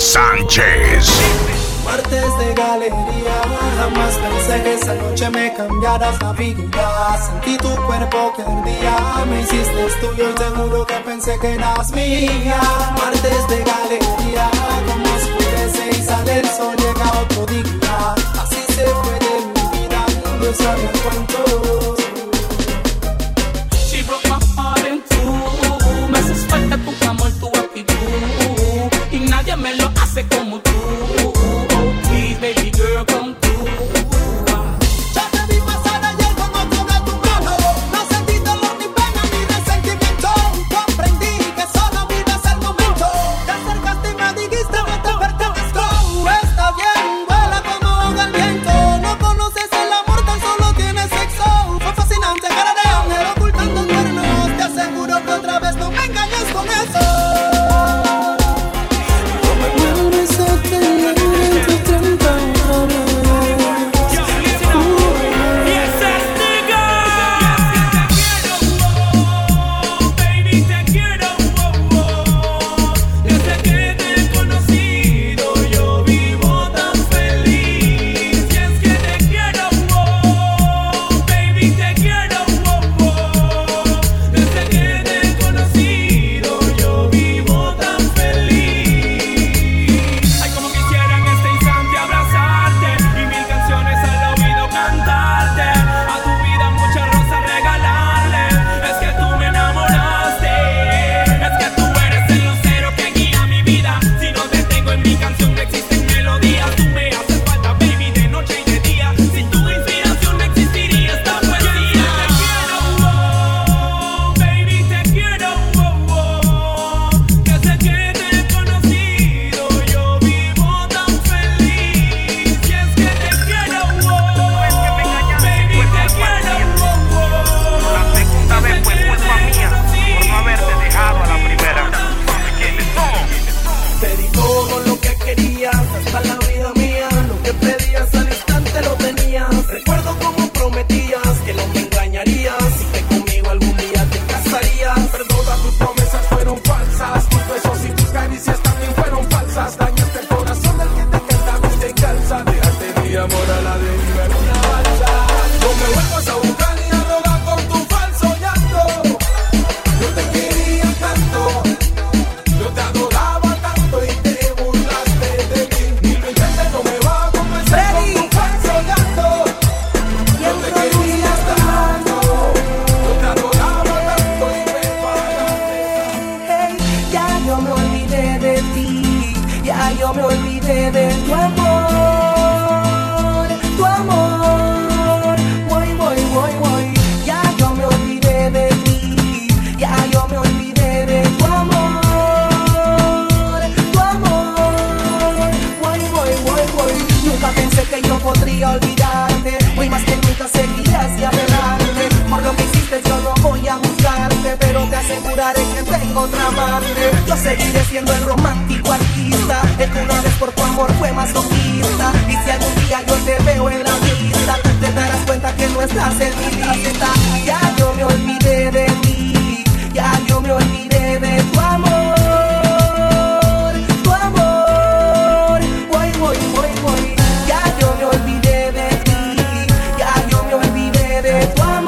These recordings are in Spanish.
Sánchez. Martes de galería, jamás pensé que esa noche me cambiaras la vida. Sentí tu cuerpo que ardía, me hiciste tuyo y seguro que pensé que eras mía. Martes de galería, como oscurece y sale el sol, llega otro día. Así se fue de mi vida, no sabía cuánto. She broke my heart in two. Me haces falta tu amor, tu actitud, y nadie me lo hace como tú. Please, baby girl, come through. Ya te vi pasar ayer con otro de tu mano. No sentí dolor ni pena ni resentimiento. Comprendí que solo vives el momento. Te acercaste y me dijiste no te pertenezco. Está bien, vuela como el viento. No conoces el amor, tan solo tienes sexo. Fue fascinante, cara de ángel ocultando cuernos. Te aseguro que otra vez no me engañes con eso. Yo seguiré siendo el romántico artista, el que una vez por tu amor fue masoquista. Y si algún día yo te veo en la vista, tú te darás cuenta que no estás en mi lista. Ya yo me olvidé de ti, ya yo me olvidé de tu amor. Tu amor, voy, voy, voy, voy. Ya yo me olvidé de ti, ya yo me olvidé de tu amor.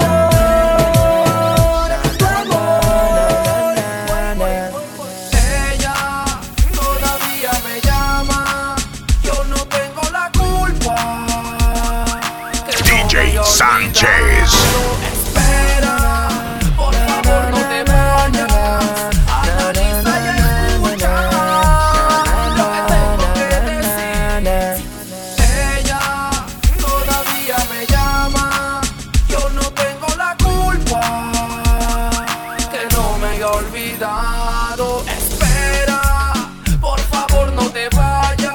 Sánchez. Espera, por favor no te vayas. Analiza y escucha lo que tengo que decir. Ella todavía me llama. Yo no tengo la culpa que no me haya olvidado. Espera, por favor no te vayas.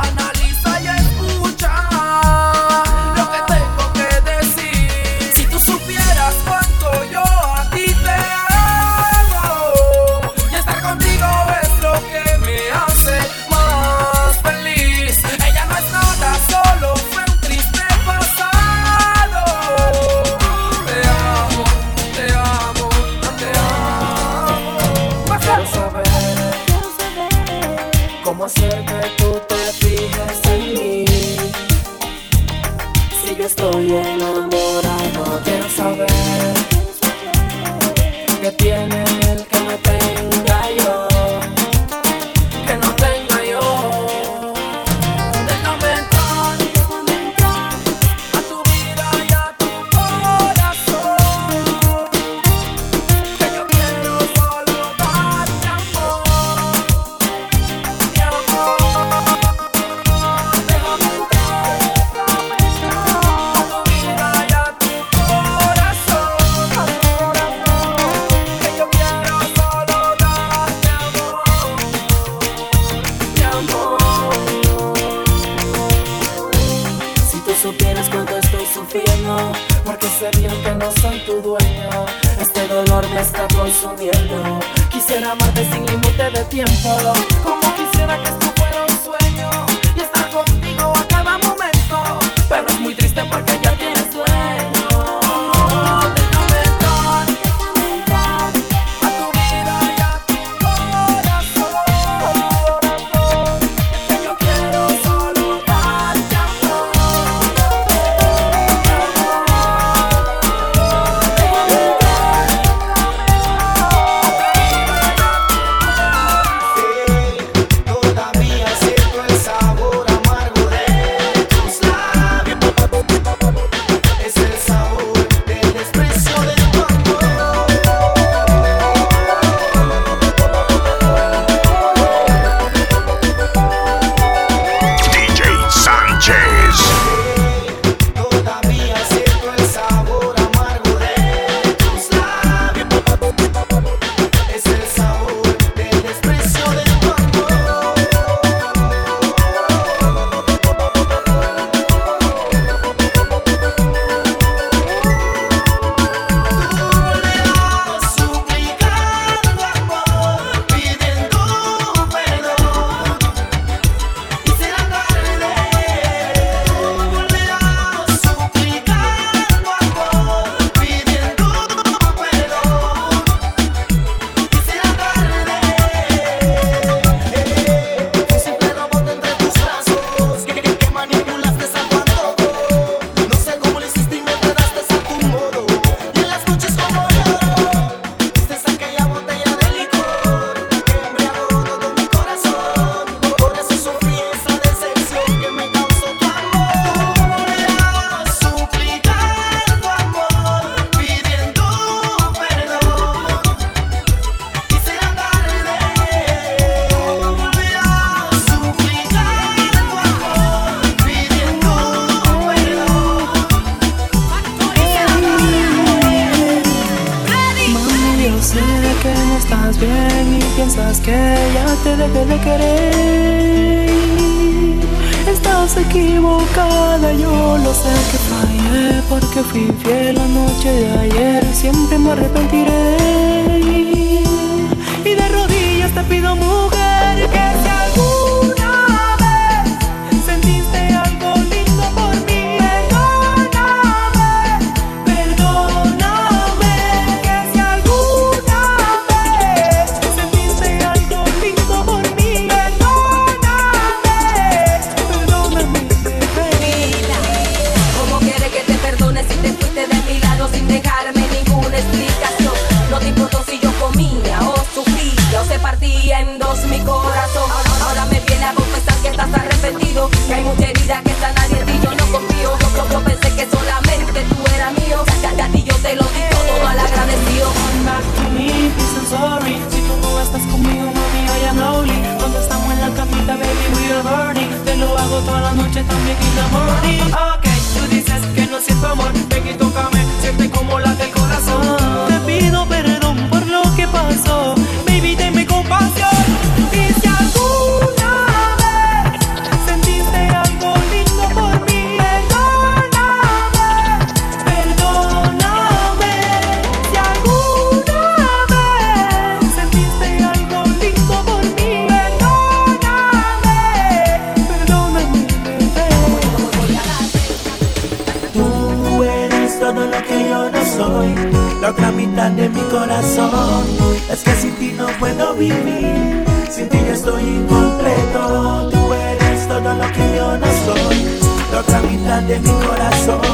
Analiza y escucha lo que tengo que decir. Si tú ti yo estoy enamorado. Quiero saber qué tiene él que no tenga yo, que no tenga yo. Déjame entrar a tu vida y a tu corazón, que yo quiero solo darte amor, mi amor. Déjame entrar a tu vida y a tu corazón, que yo quiero solo darte amor, mi amor. Si tú supieras cuánto estoy sufriendo, porque sé bien que no soy tu dueño. Este dolor me está consumiendo. Quisiera amarte sin límite de tiempo, como quisiera que esto fuera un sueño y estar contigo a cada momento. Pero es muy triste porque ya tienes dueño. Déjame entrar a tu vida y a tu corazón, que yo quiero solo darte amor. Todavía siento el sabor amargo de tus labios. Es el sabor del desprecio de tu amor. DJ Sánchez. Todavía siento el sabor amargo de tus labios. Es el sabor del desprecio de tu amor. Suplicando amor, pidiendo perdón. Y será tarde. Tú volverás suplicando amor, pidiendo perdón. Y será tarde. Tú siempre robote entre tus brazos, que manipulaste salvo antojo. No sé cómo lo hiciste y me enredaste a tu modo. Y en las noches como lloro, diste aquella botella de licor que embriagó todo mi corazón. Por eso sufrí esa decepción que me causó tu amor. Tú volverás suplicando amor, pidiendo perdón. Y será tarde. Tú volverás suplicando amor, pidiendo perdón. Y será Mami, yo sé que no estás bien y piensas que ya te dejé de querer. Estás equivocada, yo lo sé que fallé porque fui fiel la noche de ayer. Siempre me arrepentiré y de rodillas te pido, mujer, que si alguna vez sentiste algo lindo por mí, perdóname, que si alguna vez sentiste algo lindo por mí, perdóname, Mira, ¿cómo quieres que te perdone si te fuiste de mi lado sin dejarme ninguna explicación? No te importó si yo comía o sufría o se partía en dos mi corazón. Ahora me viene a confesar que estás arrepentido, que hay mucha herida que sanar y en ti yo no confío. Yo pensé que solamente tú eras mío, a ti yo te lo di todo mal agradecido. Come back to me, please, I'm sorry. Si tú no estás conmigo, mami, I am lonely. Cuando estamos en la camita, baby, we are burning. Te lo hago toda la noche, también in the morning. Ok, tú dices que no siento amor, ven y tócame, siente como late el corazón. Te pido perdón por lo que pasó, baby, tenme compasión. Y si alguna vez sentiste algo lindo por mí, perdóname. Si alguna vez sentiste algo lindo por mí, perdóname, Tú eres todo lo que yo no soy, la otra mitad de mi corazón. Es que sin ti no puedo vivir, sin ti yo estoy incompleto. Tú eres todo lo que yo no soy, la otra mitad de mi corazón.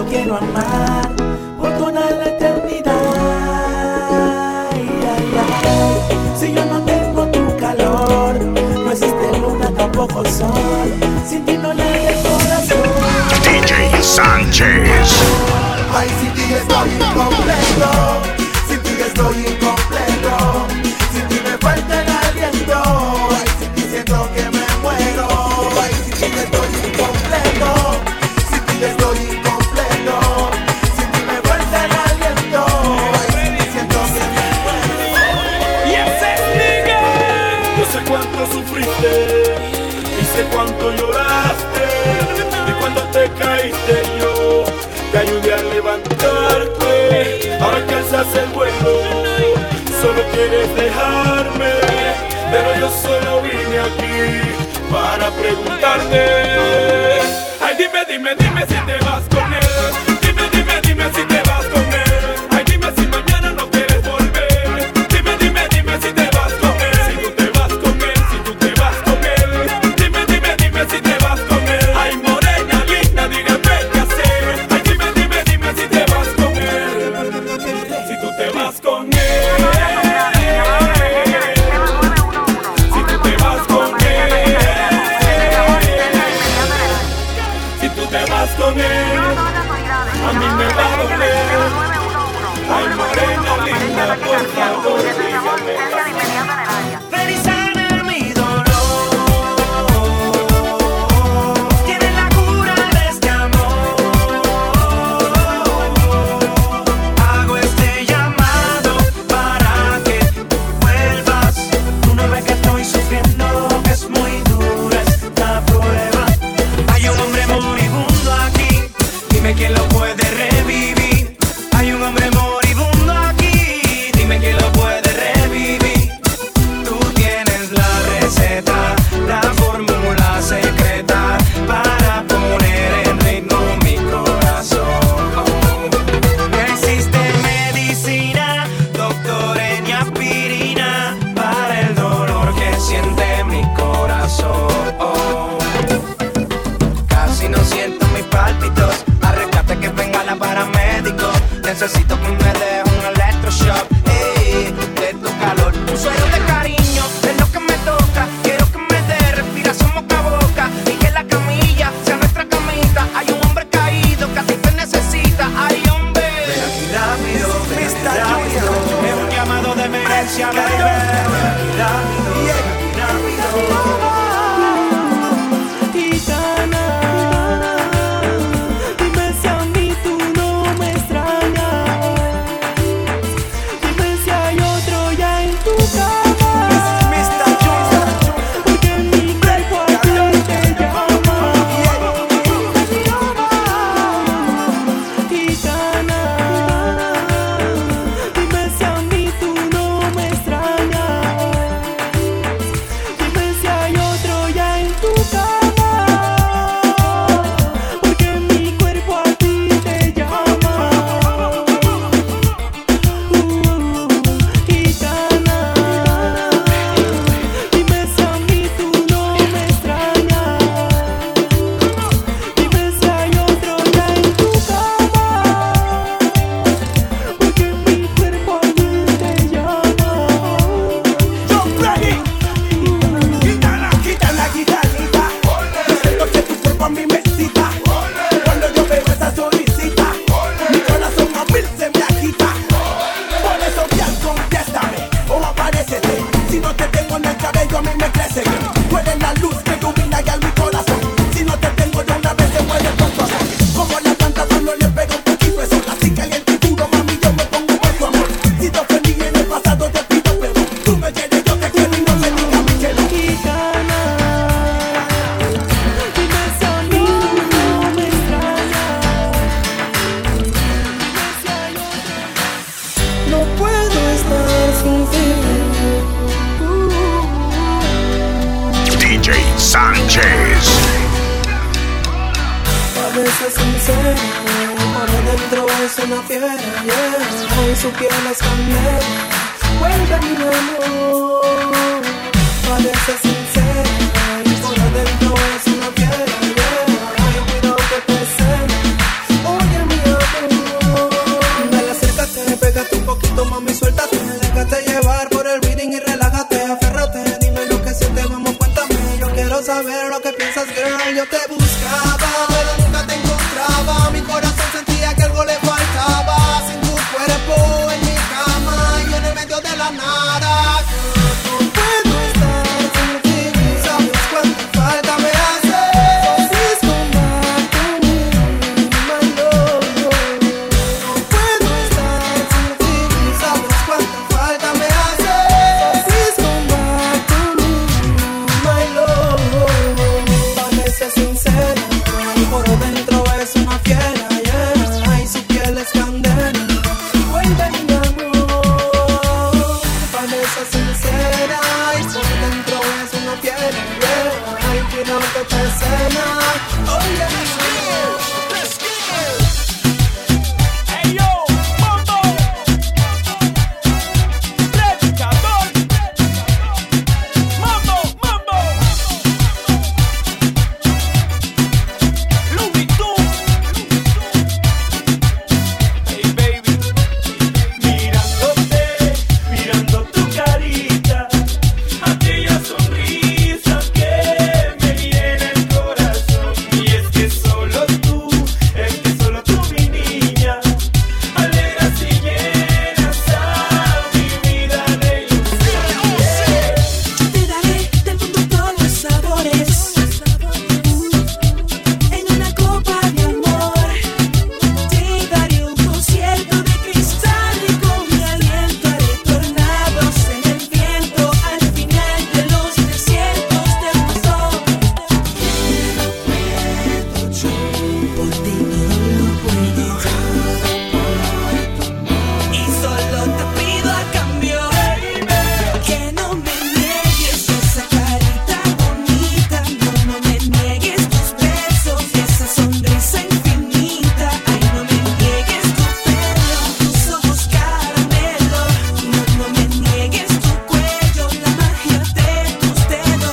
quiero amar por toda la eternidad. Ay, ay, ay. Si yo no tengo tu calor, no existe luna, tampoco sol. Sin ti no late el corazón. DJ Sánchez. Ay, sin ti estoy incompleto. Sin ti estoy incompleto. Sin ti me falta el aliento. Ay, sin ti siento que me muero. Ay, sin ti estoy incompleto. Sin ti estoy incompleto. Sin ti me falta el aliento. Ay, sin ti siento que me muero. Y ese es Miguel. Yo sé cuánto sufriste y sé cuánto lloraste. Y cuando te caíste yo te ayudé a levantarte. Ahora que alzas el vuelo, solo quieres dejarme. Pero yo solo vine aquí para preguntarte. Ay, dime, dime, dime si te vas con él. Dime, dime, dime si te vas con él. Ay, dime si mañana no quieres volver. Dime, dime, dime si te vas con él. Si tú te vas con él, si tú te vas con él. Dime, dime, dime si te vas con él. Ay, morena linda, dígame qué hacer. Ay, dime, dime, dime si te vas con él. Si tú te vas con él. Si tú te vas con él. Si tú te vas con él, a mí me va a doler. Ay, morena linda, por favor, dígame. Ven y sana mi dolor. Tienes la cura de este amor. Hago este llamado para que vuelvas. Tú no ves que estoy sufriendo, que es muy dura esta prueba. Hay un hombre moribundo aquí, dime quién lo puede revivir. Hay un hombre moribundo aquí, dime quién lo puede revivir. Tú tienes la receta, la fórmula secreta para poner en ritmo mi corazón. No existe medicina, doctor, ni aspirina para el dolor que siente mi corazón. Casi no siento mis pálpitos, arréglate que venga la paramédico. Necesito que me deje un electroshock, de tu calor. Un suero de cariño es lo que me toca. Quiero que me dé respiración boca a boca y que la camilla sea nuestra camita. Hay un hombre caído que a ti te necesita. Ay, hombre, ven aquí rápido, ven aquí rápido. Es un llamado de emergencia, baby. Ven aquí rápido, ven aquí rápido. Gitana, dime si a mí tú no me extrañas. Dime si hay otro ya en tu cama. Porque mi cuerpo a ti te llama. Gitana, dime si a mí tú no me extrañas. Dime si hay otro ya en tu cama. Porque mi cuerpo a ti te llama. Gitana, dime si a mí tú no me extrañas. Dime si hay otro ya en tu cama. Porque mi cuerpo a ti te llama. Gitana, gitana, gitanita. Siento que tu cuerpo a mí me excita. Cuando yo veo esa sonrisita, mi corazón a mil se me agita. Por eso bien, contéstame o aparécete. Si no te tengo en el cabello a mí me crece. Tú eres la luz que ilumina ya mi corazón. Si no te tengo de una vez se muere el corazón. Como la planta solo le pega un poquito de sol. Así caliente y duro, mami, yo me pongo por tu amor. Si te ofendí en el pasado te pido perdón. Tú me quieres, yo te quiero y no se diga mi que no. Gitana, dime si a mí no me extrañas. Dime si hay otro. No puedo estar sin ti. DJ Sánchez. A veces sincera, por adentro es una fiera, yeah. Hoy su piel es candela, vuelve mi amor. A veces sincera, por adentro es una fiera, yeah. Ay, cuidado que te cena. Oye mi saber lo que piensas, girl. Yo te buscaba, pero nunca te encontraba. Mi corazón sentía que algo le faltaba. Sin tu cuerpo en mi cama y en el medio de la nada. No puedo estar sin ti. ¿Sabes cuánta falta me hace? Please come back to me, my love. No puedo estar sin ti. ¿Sabes cuánta falta me hace? Please come back to me, my love. Parece sincera y por dentro es una fiera, yeah. Y su piel es candela. Vuelve mi amor. Parece sincera y por dentro es una fiera, yeah. Y quiero que te cena. Oh yeah. Hey yo, Mambo, predicador, Mambo, Louis Vuitton. Hey baby, mirando tu carita, aquella sonrisa que me llena el corazón. Y es que solo tú, mi niña, alegras y llenas a mi vida de ilusión. Te daré del mundo todos los sabores en una copa de amor. Te daré un concierto de cristal y con mi aliento haré tornados en el viento al final de los desiertos del mundo. Por ti todo lo puedo y solo te pido a cambio que no me niegues esa carita bonita, no me niegues tus besos y esa sonrisa infinita. Ay, no me niegues tu pelo, tus ojos caramelo, no me niegues tu cuello, la magia de tus dedos.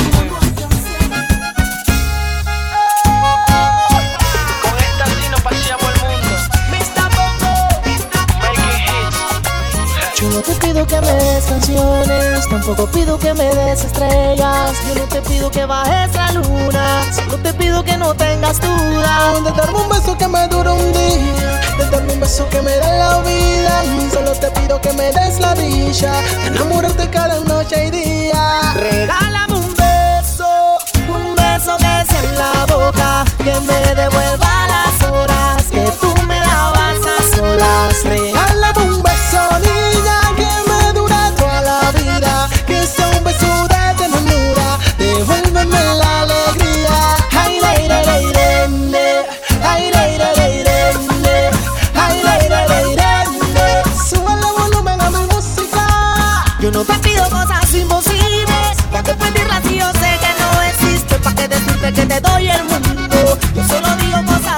Con esta sí nos paseamos el mundo. Mr. Bongo, Making hits. Yo no te pido que me des canciones, tampoco pido que me des estrellas. Yo no te pido que bajes la luna, solo te pido que no tengas duda. De darme un beso que me dure un día, de darme un beso que me dé la vida. Solo te pido que me des la dicha de enamorarte cada noche y día. Regálame un beso que sea en la boca, que me devuelva las horas que tú me dabas a solas. Regálame un beso, niña, que me dura toda la vida, que sea un beso de ternura, devuélveme la alegría. Ay, leire, leire, ay, leire, leire, ay, leire, leire. Sube el volumen a mi música. Yo no te pido cosas imposibles, pa' que pedirlas si yo sé que no existe, pa' que decirte que te doy el mundo. Yo solo digo cosas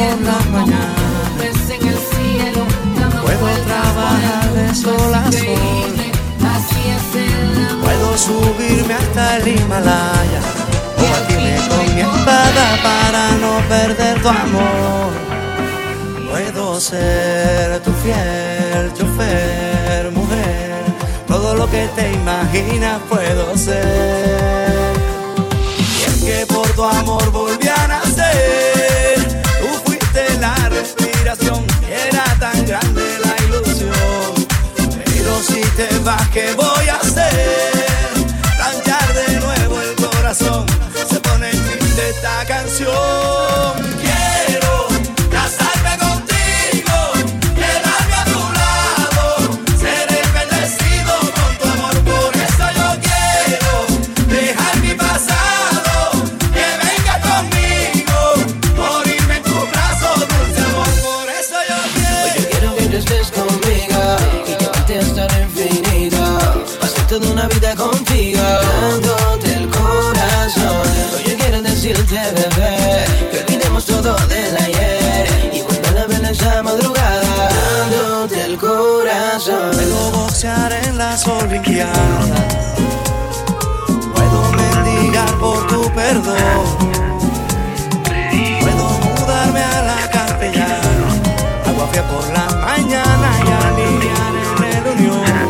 por la mañana. En el cielo, puedo trabajar de sol a sol. Así es el amor. Puedo subirme hasta el Himalaya o batirme con mi espada para no perder tu amor. Puedo ser tu fiel chofer, mujer. Todo lo que te imaginas puedo ser. Y es que por tu amor volví a nacer. Tú fuiste la respiración y era tan grande la ilusión. Pero si te vas, ¿qué voy a hacer? Planchar de nuevo el corazón. Se pone triste esta canción. Quiero casarme contigo, quedarme a tu lado, ser bendecido con tu amor. Por eso yo quiero dejar mi pasado, que venga conmigo, morirme en tus brazos, dulce amor. Por eso yo quiero. Yo quiero que tú estés conmigo y yo te estaré infinito. Pasé toda una vida contigo, dándote el corazón. Yo quiero decirte, bebé, que olvidemos todo del ayer y vuelva a ver esa madrugada, dándote el corazón. Puedo boxear en las olimpiadas, puedo mendigar por tu perdón, puedo mudarme a la castellana, agua fría por la mañana y alinear en el unión.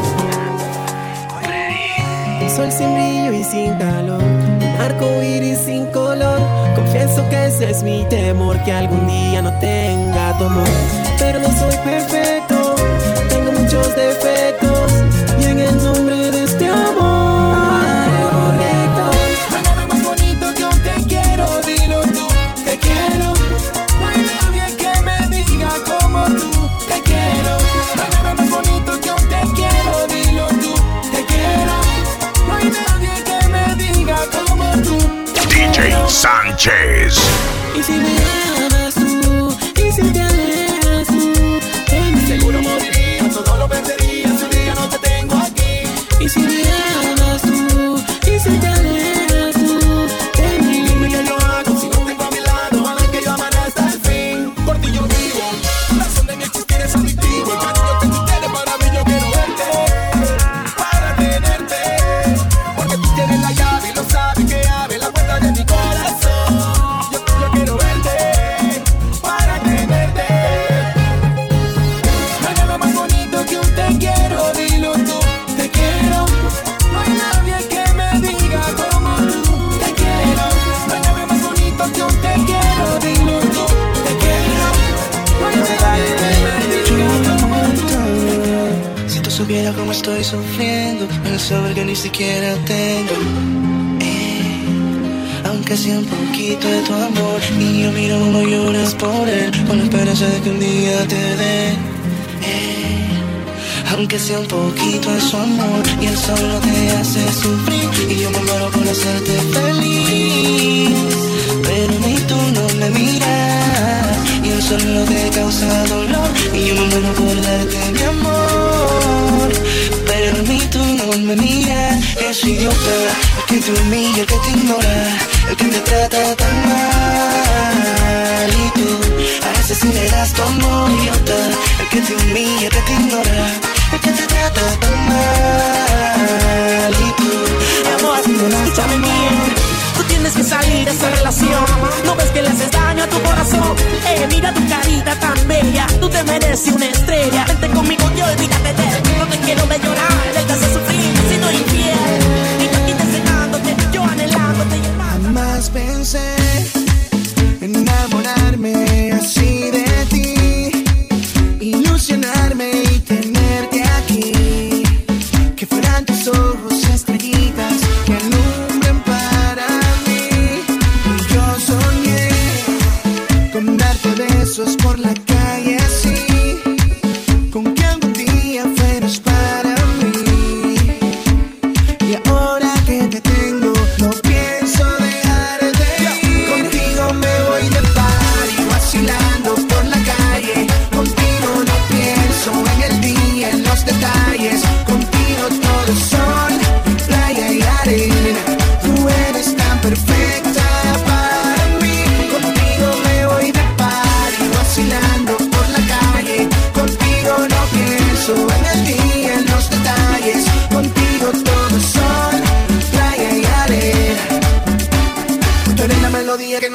Sol sin brillo y sin calor, un arco iris sin color. Confieso que ese es mi temor, que algún día no tenga tu amor. Pero no soy perfecto, tengo muchos defectos, y en el nombre de este amor correcto. Nada más bonito que un te quiero, dilo tú, te quiero. No hay nadie que me diga como tú, te quiero. Nada más bonito que un te quiero, dilo tú, te quiero. No hay nadie que me diga como tú. DJ Sánchez. Y si me amas tú, y si te alejas tú, seguro moriría, todo lo perdería si un día no te tengo aquí. Y si me amas tú, y si te alejas tú, dime qué yo hago si no tengo a mi lado, a ver que yo amaré hasta el fin. Por ti yo vivo, la razón de mi existir es adictivo. El cariño que tú tienes para mí yo quiero verte, para tenerte, porque tú tienes la llave y lo sabes que abre la puerta de mi corazón. Yo quiero verte, para tenerte. No hay nada más bonito que un te quiero, dilo tú, te quiero. No hay nadie que me diga como tú, te quiero. No hay nada más bonito que un te quiero, dilo tú, te quiero. No hay nadie que me diga como tú. Si tú supieras cómo estoy sufriendo, el saber que ni siquiera tengo, aunque sea un poquito de tu amor, y yo miro cómo lloras por él, con la esperanza de que un día te dé, aunque sea un poquito de su amor, y él solo te hace sufrir, y yo me muero por hacerte feliz, pero ni tú no me miras, y él solo te causa dolor, y yo me muero por darte mi amor, pero ni tú no me miras. Es idiota el que te humilla, el que te ignora, el que te trata tan mal, y tú a ese sí le das tu amor. Idiota el que te humilla, el que te ignora, el que te trata tan mal, y tú a ese sí le das tu amor. Tú tienes que salir de esa relación. No ves que le haces daño a tu corazón. Mira tu carita tan bella. Tú te mereces una estrella. Vente conmigo y olvídate de él. No te quiero ver llorar. Él te hace sufrir, si no infiel. Y yo aquí deseándote, yo anhelándote. Jamás pensé en enamorarme así de ti, ilusionarme y tenerte aquí. Que fueran tus ojos estrellitas que alumbren para mí. Y yo soñé con darte besos por la calle así, con que algún día fueras para mí. Y ahora que te tengo, no pienso dejarte ir. Contigo me voy de party, vacilando por la calle. Contigo no pienso en el día, en los detalles. Contigo todo es sol, playa y arena. Tú eres tan perfecta para mí. Contigo me voy de party,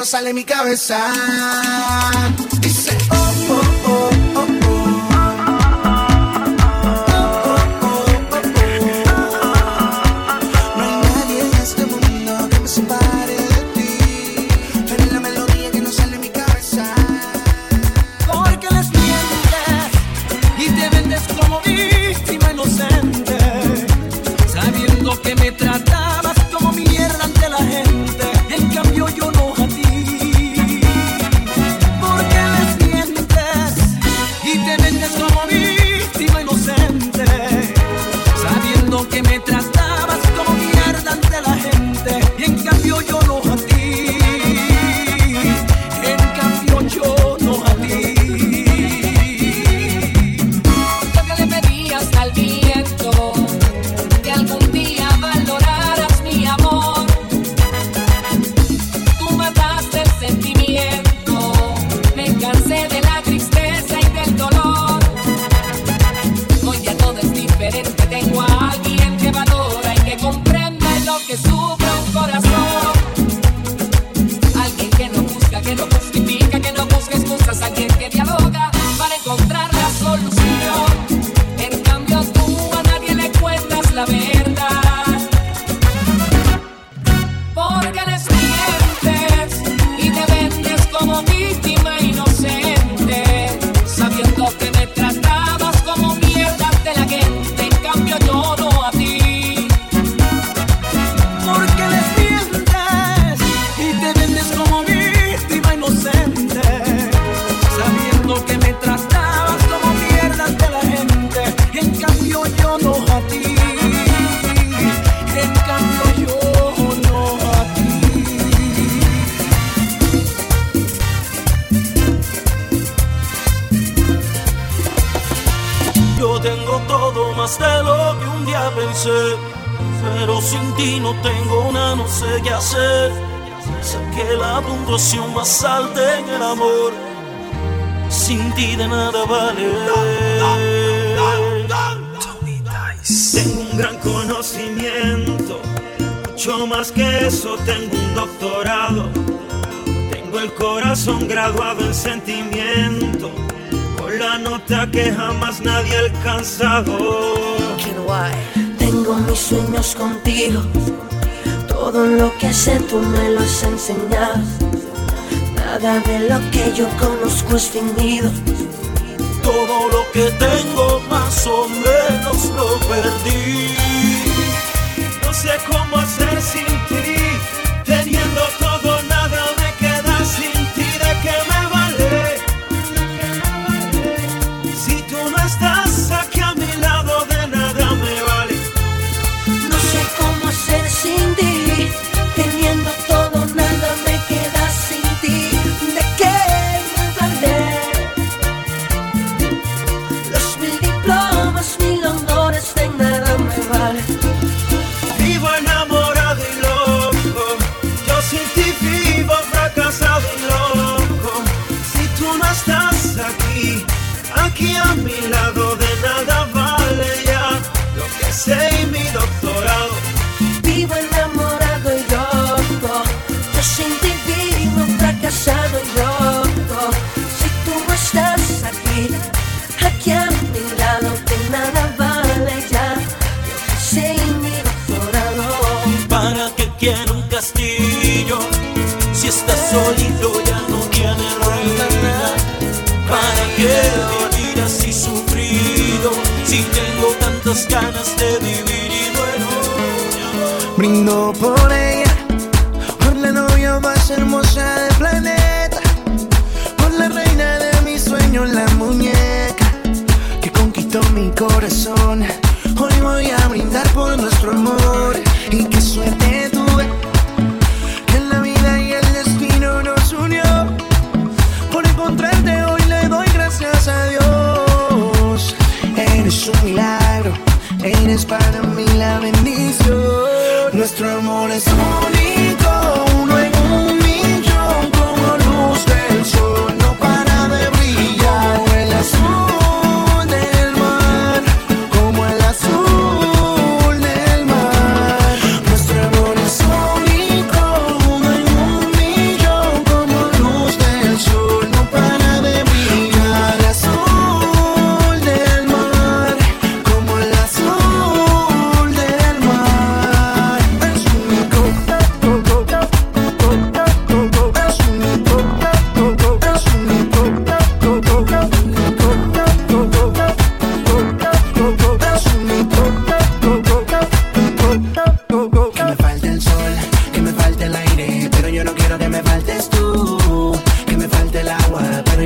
sale en mi cabeza. Dice, oh, oh, oh, oh, oh. Que me tratabas como mierda ante la gente, en cambio yo no a ti. Porque les mientes y te vendes como víctima inocente, sabiendo que me tratabas como mierda ante la gente, y en cambio yo no a ti. En cambio yo no a ti. Lo que le pedías al viento, que algún día valoraras mi amor. Tú mataste el sentimiento, me cansé de la tristeza y del dolor. Hoy ya todo es diferente, tengo a alguien que valora y que comprende lo que sufre un corazón. Alguien que no busca, que no justifica, que no busca excusas, alguien que dialoga para encontrar la solución. En cambio tú a nadie le cuentas la verdad, porque les mientes y te vendes como víctima inocente, sabiendo que me tratabas como mierda ante la gente, en cambio yo no a ti. Porque les mientes y te vendes como víctima inocente, sabiendo que me tratabas como mierda ante la gente, y en cambio yo no a ti. En cambio yo no a ti. Yo tengo todo más de lo que un día pensé, pero sin ti no tengo una, no sé qué hacer. Sé que la puntuación más alta en el amor, sin ti de nada vale. Tengo un gran conocimiento, mucho más que eso, tengo un doctorado. Tengo el corazón graduado en sentimiento, con la nota que jamás nadie ha alcanzado. Tengo mis sueños contigo, todo lo que sé tú me lo has enseñado. Nada de lo que yo conozco es fingido. Todo lo que tengo más o menos lo perdí. No sé cómo hacer sin ti, teniendo todo nada me queda sin ti. ¿De qué me vale? Si tú no estás aquí a mi lado, de nada me vale. No sé cómo hacer sin ti, teniendo todo nada me queda sin ti. ¿De qué me vale? Los 1000 diplomas, 1000 honores, de nada me vale. Vivo enamorado y loco, yo sin ti vivo fracasado y loco. Si tú no estás aquí, aquí a mi lado, de nada vale ya lo que sé y mi doctorado. Vivo enamorado y loco, yo sin ti vivo fracasado y loco. Si tú no estás aquí, aquí a mi lado, de nada vale ya lo que sé y mi doctorado. ¿Para qué quiero un castillo si estás solito ya no tiene reina? ¿Para qué vivir así sufrido si tengo tantas ganas de vivir y bueno? Brindo por ella, por la novia más hermosa del planeta, por la reina de mis sueños, la muñeca que conquistó mi corazón. Hoy voy a brindar por nuestro amor, y qué suerte tuve que en la vida y el destino nos unió. Por encontrarte hoy le doy gracias a Dios. Eres un milagro, eres para mí la bendición. Nuestro amor es único, uno en un millón, como luz del sol, no para de brillar. Como el azul del mar, como el azul del mar. Nuestro amor es único, uno en un millón, como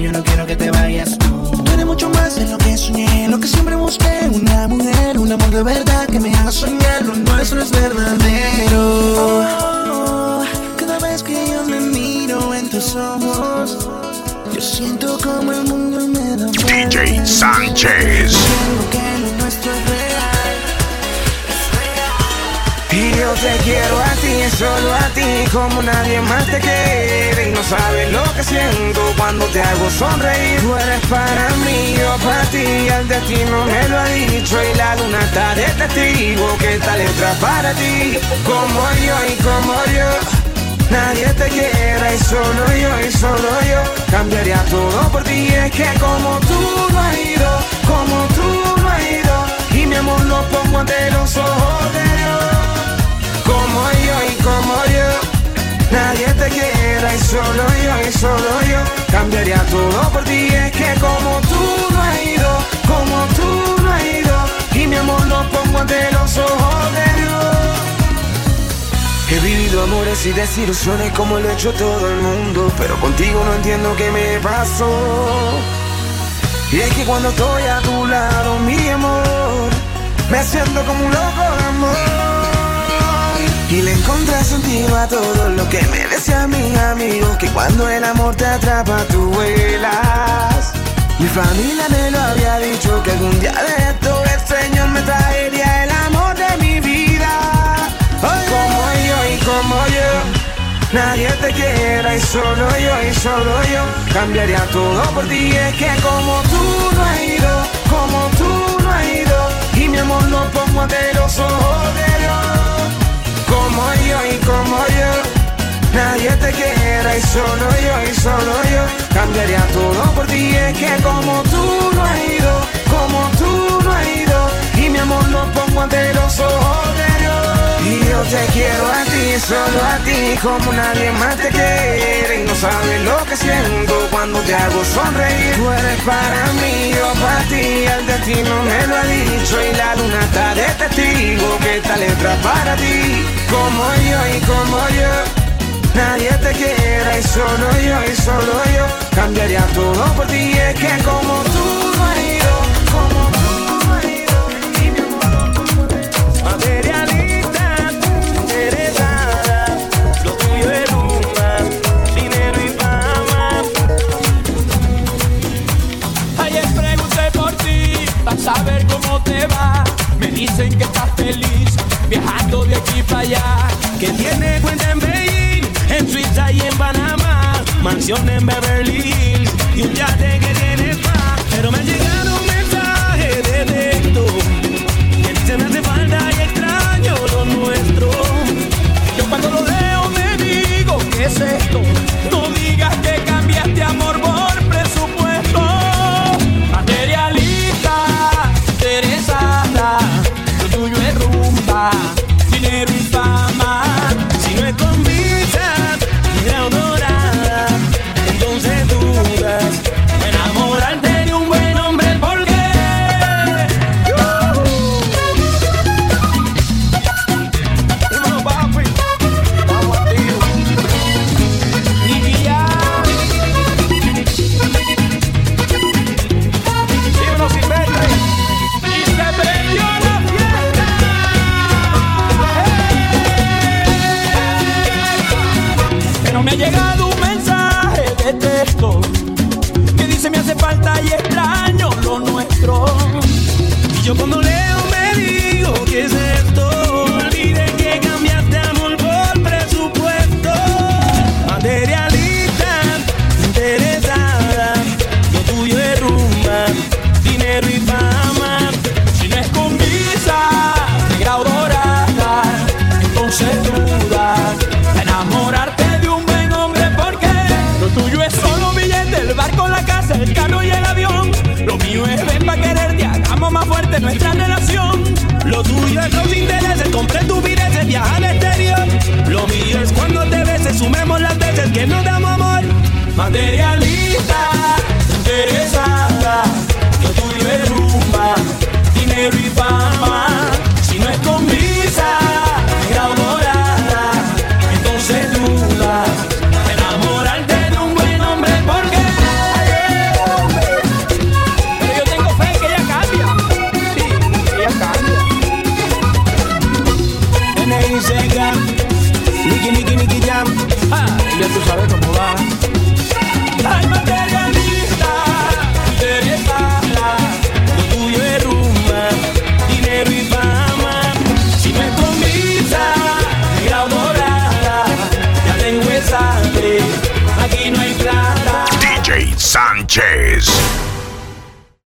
yo no quiero que te vayas tú. Tú eres mucho más de lo que soñé, lo que siempre busqué. Una mujer, un amor de verdad que me haga soñar. Lo nuestro es verdadero. Cada vez que yo me miro en tus ojos, yo siento como el mundo me da vueltas. DJ Sánchez. Siento que lo nuestro es real. Y yo te quiero a ti, solo a ti, como nadie más te quiere. Y no sabes lo que siento cuando te hago sonreír. Tú eres para mí, yo para ti, el destino me lo ha dicho. Y la luna está de testigo que esta letra para ti. Como yo y como yo, nadie te quiera. Y solo yo, cambiaría todo por ti. Es que como tú no has ido, como tú no has ido, y mi amor lo pongo ante los ojos de Dios. Como yo, nadie te quiera. Y solo yo, cambiaría todo por ti. Es que como tú no has ido, como tú no has ido, y mi amor lo pongo ante los ojos de Dios. He vivido amores y desilusiones como lo ha hecho todo el mundo, pero contigo no entiendo qué me pasó. Y es que cuando estoy a tu lado, mi amor, me siento como un loco de amor. Y le encontré sentido a todo lo que me decían mis amigos, que cuando el amor te atrapa tú vuelas. Mi familia me lo había dicho, que algún día de esto el Señor me traería el amor de mi vida. Como yo, nadie te quiera. Y solo yo, cambiaría todo por ti. Es que como tú no has ido, como tú no has ido, y mi amor lo pongo ante los ojos de Dios. Como yo, nadie te quiera. Y solo yo, cambiaría todo por ti. Es que como tú no has ido, como tú no has ido, y mi amor lo pongo ante los ojos de Dios. Y yo te quiero a ti, solo a ti, como nadie más te quiere. Y no sabes lo que siento cuando te hago sonreír. Tú eres para mí, yo para ti, el destino me lo ha dicho. Y la luna está de testigo que esta letra para ti. Como yo, nadie te quiera. Y solo yo, cambiaría todo por ti. Es que como tú no has ido, como tú no has ido, y mi amor lo pongo ante los ojos. Materialista, interesada, lo tuyo es rumba, dinero y fama. Ayer pregunté por ti, para saber cómo te va. Me dicen que estás feliz, viajando de aquí para allá. Que tiene cuenta en Beijing, en Suiza y en Panamá, mansión en Beverly Hills y un yate que tiene spa. Pero me ha llegado un mensaje de texto que dice me hace falta y extraño lo nuestro. Yo cuando lo leo me digo, ¿qué es esto? No digas que cambiaste amor por presupuesto. Materialista, interesada, lo tuyo es rumba, dinero y fama. Si no es con visa, mira dorada, entonces dudas enamorarte de un buen hombre. ¿Por qué? Dímelo, papi, vamos a tiro. Nicky Jam. Dímelo, Silvestre. Y se prendió la fiesta. Pero me ha llegado un mensaje de texto que dice me hace falta y extraño lo nuestro. Y yo cuando leo me digo, ¿qué es esto? Olvidé que cambiaste amor por presupuesto. Materialista, interesada, lo tuyo es rumba, dinero y fama. Si no es con visa, negra o dorada, entonces dudas enamorarte de un buen hombre. Porque lo tuyo es solo billete, el barco, la casa, el carro y el avión. Lo mío es ven pa' quererte, hagamos más fuerte nuestra relación. Lo tuyo es los intereses, compré tu billete, viajar al exterior. Lo mío es cuando te beses, sumemos las veces que nos damos amor. Materialista, interesada, lo tuyo es rumba, dinero y fama. Si no es con visa, negra o dorada, entonces dudas enamorarte de un buen hombre. Porque amiga. Nicky Jam. Ya tú sabes cómo va. Ay, materialista, interesada, lo tuyo es rumba, dinero y fama. Si me convisa, negra o dorada, ya tengo esa hambre, aquí no hay plata. DJ Sánchez.